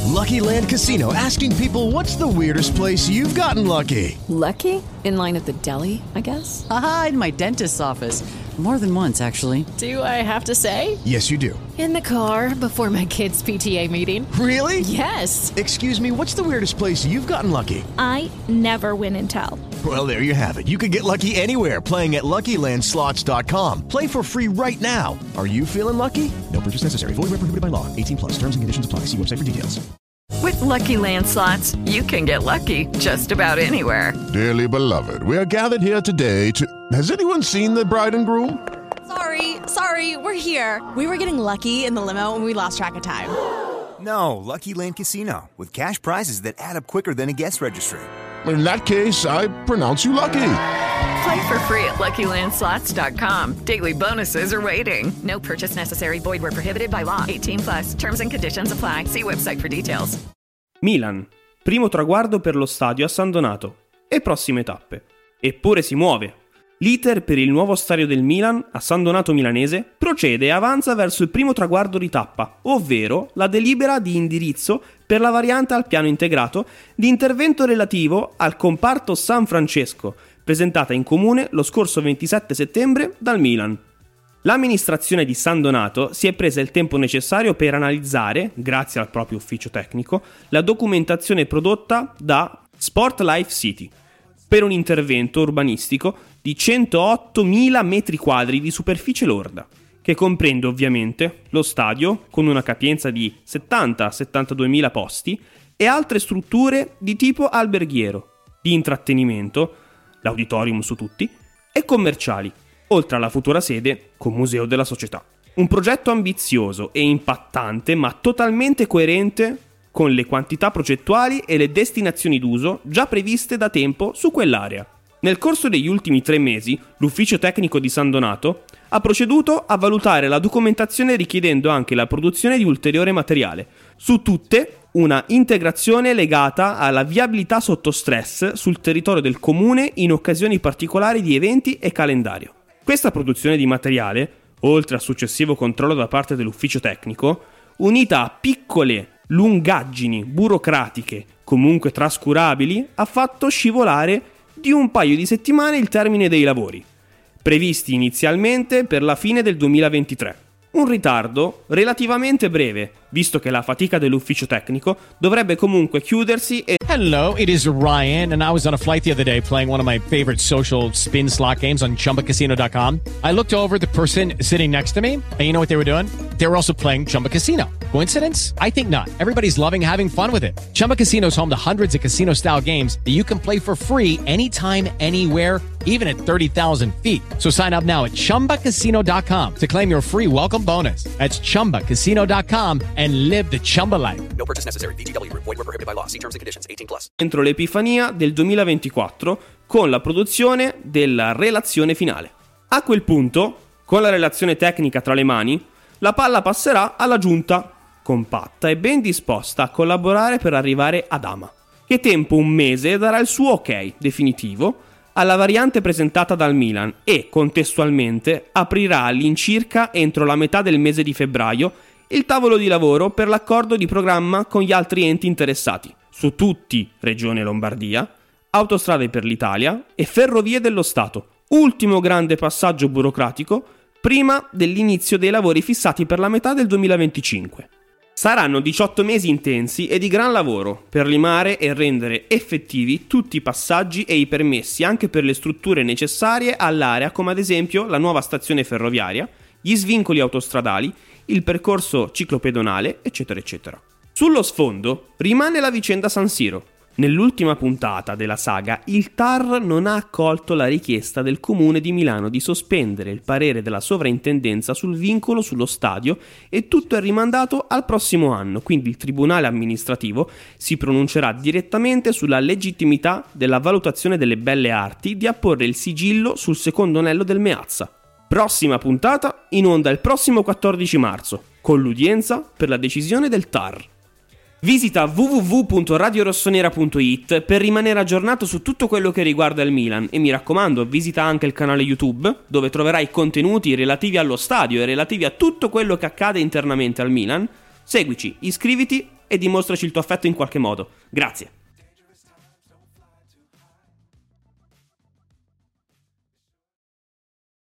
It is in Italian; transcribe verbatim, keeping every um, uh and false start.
Lucky Land Casino, asking people, what's the weirdest place you've gotten lucky? Lucky? In line at the deli, I guess? Aha, in my dentist's office. More than once, actually. Do I have to say? Yes, you do. In the car before my kids' P T A meeting. Really? Yes. Excuse me, what's the weirdest place you've gotten lucky? I never win and tell. Well, there you have it. You can get lucky anywhere, playing at Lucky Land Slots dot com. Play for free right now. Are you feeling lucky? No purchase necessary. Void where prohibited by law. eighteen plus. Terms and conditions apply. See website for details. With Lucky Land Slots, you can get lucky just about anywhere. Dearly beloved, we are gathered here today to... Has anyone seen the bride and groom? Sorry, sorry, we're here. We were getting lucky in the limo and we lost track of time. No, Lucky Land Casino, with cash prizes that add up quicker than a guest registry. In that case, I pronounce you lucky. Play for free at Lucky Land Slots dot com. Daily bonuses are waiting. No purchase necessary. Void where prohibited by law. eighteen plus. Terms and conditions apply. See website for details. Milan. Primo traguardo per lo stadio a San Donato. E prossime tappe. Eppure si muove. L'iter per il nuovo stadio del Milan, a San Donato Milanese, procede e avanza verso il primo traguardo di tappa, ovvero la delibera di indirizzo per la variante al piano integrato di intervento relativo al comparto San Francesco, presentata in comune lo scorso ventisette settembre dal Milan. L'amministrazione di San Donato si è presa il tempo necessario per analizzare, grazie al proprio ufficio tecnico, la documentazione prodotta da Sport Life City, per un intervento urbanistico di centoottomila metri quadri di superficie lorda, che comprende ovviamente lo stadio con una capienza di settanta settantaduemila posti e altre strutture di tipo alberghiero, di intrattenimento, l'auditorium su tutti, e commerciali, oltre alla futura sede con museo della società. Un progetto ambizioso e impattante, ma totalmente coerente con le quantità progettuali e le destinazioni d'uso già previste da tempo su quell'area. Nel corso degli ultimi tre mesi, l'ufficio tecnico di San Donato ha proceduto a valutare la documentazione richiedendo anche la produzione di ulteriore materiale, su tutte una integrazione legata alla viabilità sotto stress sul territorio del comune in occasioni particolari di eventi e calendario. Questa produzione di materiale, oltre al successivo controllo da parte dell'ufficio tecnico, unita a piccole lungaggini burocratiche comunque trascurabili, ha fatto scivolare di un paio di settimane il termine dei lavori, previsti inizialmente per la fine del duemilaventitré. Un ritardo relativamente breve, visto che la fatica dell'ufficio tecnico dovrebbe comunque chiudersi e... Hello, it is Ryan, and I was on a flight the other day playing one of my favorite social spin slot games on Chumba Casino dot com. I looked over at the person sitting next to me, and you know what they were doing? They were also playing Chumba Casino. Coincidence? I think not. Everybody's loving having fun with it. Chumba Casino is home to hundreds of casino-style games that you can play for free anytime, anywhere, even at thirty thousand feet. So sign up now at Chumba Casino dot com to claim your free welcome bonus. That's Chumba Casino dot com and live the Chumba life. No purchase necessary. V G W. Void where prohibited by law. See terms and conditions. eighteen plus. Entro l'Epifania del duemilaventiquattro con la produzione della relazione finale. A quel punto, con la relazione tecnica tra le mani, la palla passerà alla giunta, compatta e ben disposta a collaborare per arrivare ad Ama, che tempo un mese darà il suo ok definitivo alla variante presentata dal Milan e, contestualmente, aprirà all'incirca entro la metà del mese di febbraio il tavolo di lavoro per l'accordo di programma con gli altri enti interessati, su tutti Regione Lombardia, Autostrade per l'Italia e Ferrovie dello Stato, ultimo grande passaggio burocratico prima dell'inizio dei lavori fissati per la metà del duemilaventicinque. Saranno diciotto mesi intensi e di gran lavoro per limare e rendere effettivi tutti i passaggi e i permessi anche per le strutture necessarie all'area, come ad esempio la nuova stazione ferroviaria, gli svincoli autostradali, il percorso ciclopedonale, eccetera eccetera. Sullo sfondo rimane la vicenda San Siro. Nell'ultima puntata della saga, il T A R non ha accolto la richiesta del Comune di Milano di sospendere il parere della sovrintendenza sul vincolo sullo stadio e tutto è rimandato al prossimo anno, quindi il Tribunale amministrativo si pronuncerà direttamente sulla legittimità della valutazione delle belle arti di apporre il sigillo sul secondo anello del Meazza. Prossima puntata in onda il prossimo quattordici marzo, con l'udienza per la decisione del T A R. Visita w w w punto radio rossonera punto i t per rimanere aggiornato su tutto quello che riguarda il Milan e mi raccomando visita anche il canale YouTube dove troverai contenuti relativi allo stadio e relativi a tutto quello che accade internamente al Milan. Seguici, iscriviti e dimostraci il tuo affetto in qualche modo. Grazie.